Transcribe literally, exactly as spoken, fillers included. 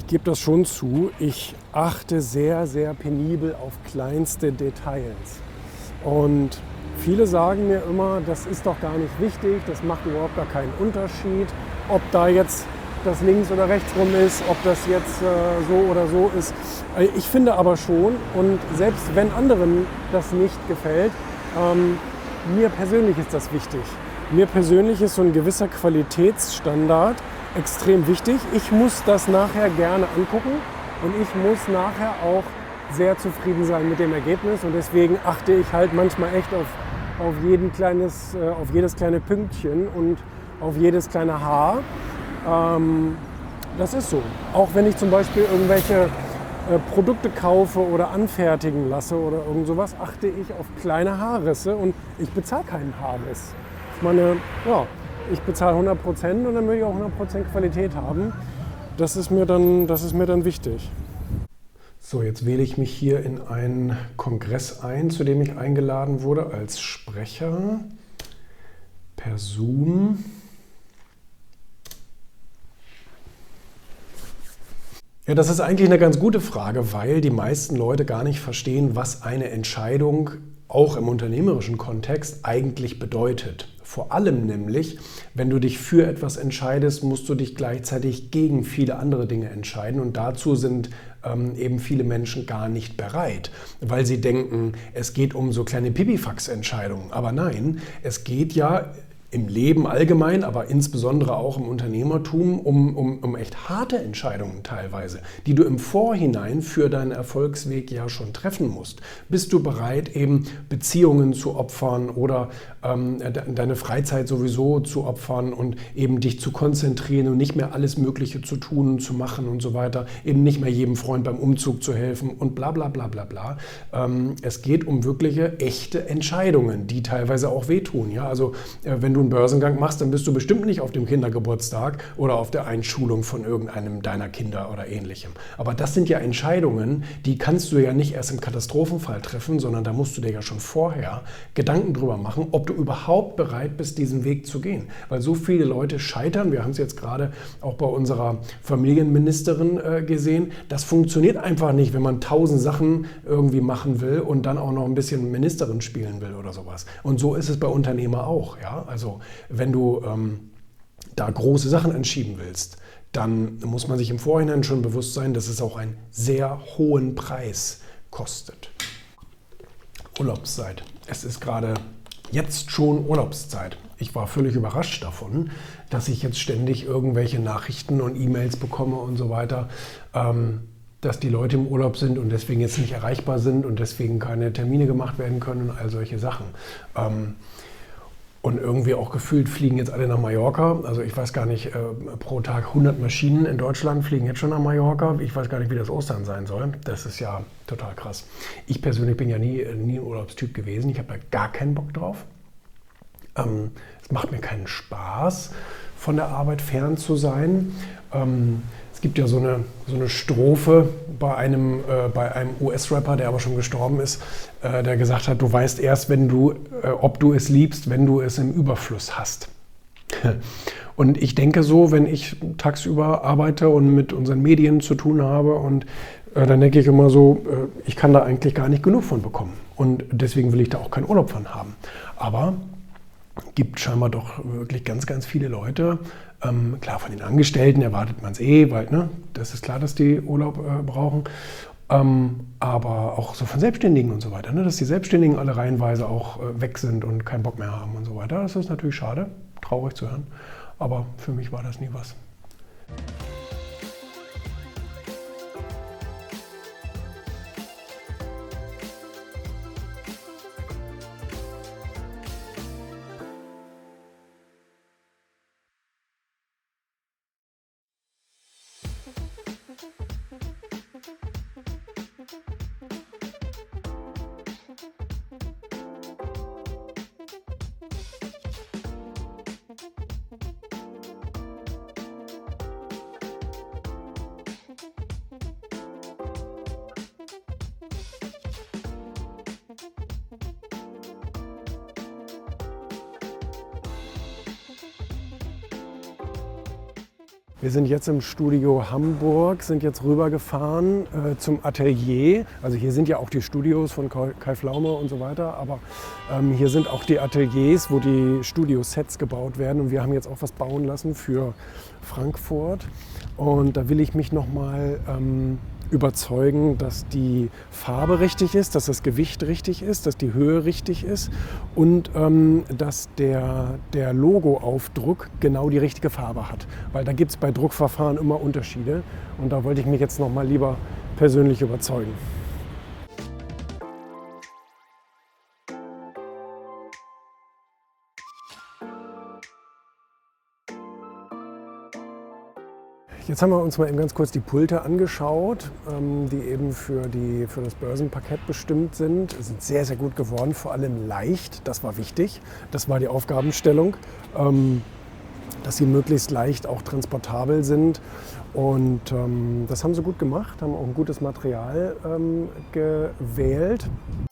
ich gebe das schon zu, ich achte sehr, sehr penibel auf kleinste Details. Und viele sagen mir immer, das ist doch gar nicht wichtig, das macht überhaupt gar keinen Unterschied, ob da jetzt das links oder rechts rum ist, ob das jetzt äh, so oder so ist. Ich finde aber schon, und selbst wenn anderen das nicht gefällt, ähm, mir persönlich ist das wichtig. Mir persönlich ist so ein gewisser Qualitätsstandard extrem wichtig. Ich muss das nachher gerne angucken und ich muss nachher auch sehr zufrieden sein mit dem Ergebnis. Und deswegen achte ich halt manchmal echt auf, auf, jeden kleines, äh, auf jedes kleine Pünktchen und auf jedes kleine Haar. Ähm, das ist so. Auch wenn ich zum Beispiel irgendwelche äh, Produkte kaufe oder anfertigen lasse oder irgend sowas, achte ich auf kleine Haarrisse und ich bezahle keinen Haarriss. Ich meine, ja, ich bezahle hundert Prozent und dann will ich auch hundert Prozent Qualität haben. Das ist mir dann, das ist mir dann wichtig. So, jetzt wähle ich mich hier in einen Kongress ein, zu dem ich eingeladen wurde als Sprecher per Zoom. Ja, das ist eigentlich eine ganz gute Frage, weil die meisten Leute gar nicht verstehen, was eine Entscheidung auch im unternehmerischen Kontext eigentlich bedeutet. Vor allem nämlich, wenn du dich für etwas entscheidest, musst du dich gleichzeitig gegen viele andere Dinge entscheiden und dazu sind ähm, eben viele Menschen gar nicht bereit, weil sie denken, es geht um so kleine Pipifax-Entscheidungen. Aber nein, es geht ja im Leben allgemein, aber insbesondere auch im Unternehmertum um, um, um echt harte Entscheidungen teilweise, die du im Vorhinein für deinen Erfolgsweg ja schon treffen musst. Bist du bereit, eben Beziehungen zu opfern oder ähm, deine Freizeit sowieso zu opfern und eben dich zu konzentrieren und nicht mehr alles Mögliche zu tun und zu machen und so weiter, eben nicht mehr jedem Freund beim Umzug zu helfen und bla bla bla bla bla. Ähm, es geht um wirkliche, echte Entscheidungen, die teilweise auch wehtun. Ja? Also äh, wenn du einen Börsengang machst, dann bist du bestimmt nicht auf dem Kindergeburtstag oder auf der Einschulung von irgendeinem deiner Kinder oder ähnlichem. Aber das sind ja Entscheidungen, die kannst du ja nicht erst im Katastrophenfall treffen, sondern da musst du dir ja schon vorher Gedanken drüber machen, ob du überhaupt bereit bist, diesen Weg zu gehen. Weil so viele Leute scheitern, wir haben es jetzt gerade auch bei unserer Familienministerin äh, gesehen, das funktioniert einfach nicht, wenn man tausend Sachen irgendwie machen will und dann auch noch ein bisschen Ministerin spielen will oder sowas. Und so ist es bei Unternehmer auch. Ja? Also wenn du ähm, da große Sachen anschieben willst, dann muss man sich im Vorhinein schon bewusst sein, dass es auch einen sehr hohen Preis kostet. Urlaubszeit. Es ist gerade jetzt schon Urlaubszeit. Ich war völlig überrascht davon, dass ich jetzt ständig irgendwelche Nachrichten und E-Mails bekomme und so weiter, ähm, dass die Leute im Urlaub sind und deswegen jetzt nicht erreichbar sind und deswegen keine Termine gemacht werden können und all solche Sachen. Ähm, Und irgendwie auch gefühlt fliegen jetzt alle nach Mallorca. Also ich weiß gar nicht, äh, pro Tag hundert Maschinen in Deutschland fliegen jetzt schon nach Mallorca. Ich weiß gar nicht, wie das Ostern sein soll. Das ist ja total krass. Ich persönlich bin ja nie, nie ein Urlaubstyp gewesen. Ich habe da gar keinen Bock drauf. Ähm, es macht mir keinen Spaß, von der Arbeit fern zu sein. Ähm, Es gibt ja so eine, so eine Strophe bei einem, äh, bei einem U S-Rapper, der aber schon gestorben ist, äh, der gesagt hat, du weißt erst, wenn du, äh, ob du es liebst, wenn du es im Überfluss hast. Und ich denke so, wenn ich tagsüber arbeite und mit unseren Medien zu tun habe, und äh, dann denke ich immer so, äh, ich kann da eigentlich gar nicht genug von bekommen. Und deswegen will ich da auch keinen Urlaub von haben. Aber gibt scheinbar doch wirklich ganz, ganz viele Leute. Ähm, klar, von den Angestellten erwartet man es eh, weil ne, das ist klar, dass die Urlaub äh, brauchen. Ähm, aber auch so von Selbstständigen und so weiter, ne, dass die Selbstständigen alle reihenweise auch äh, weg sind und keinen Bock mehr haben und so weiter. Das ist natürlich schade, traurig zu hören. Aber für mich war das nie was. Wir sind jetzt im Studio Hamburg, sind jetzt rübergefahren äh, zum Atelier. Also hier sind ja auch die Studios von Kai Pflaume und so weiter, aber ähm, hier sind auch die Ateliers, wo die Studiosets gebaut werden. Und wir haben jetzt auch was bauen lassen für Frankfurt. Und da will ich mich nochmal ähm, überzeugen, dass die Farbe richtig ist, dass das Gewicht richtig ist, dass die Höhe richtig ist und ähm, dass der, der Logoaufdruck genau die richtige Farbe hat. Weil da gibt es bei Druckverfahren immer Unterschiede und da wollte ich mich jetzt noch mal lieber persönlich überzeugen. Jetzt haben wir uns mal eben ganz kurz die Pulte angeschaut, die eben für, die, für das Börsenparkett bestimmt sind. Sie sind sehr, sehr gut geworden, vor allem leicht, das war wichtig. Das war die Aufgabenstellung, dass sie möglichst leicht auch transportabel sind. Und das haben sie gut gemacht, haben auch ein gutes Material gewählt.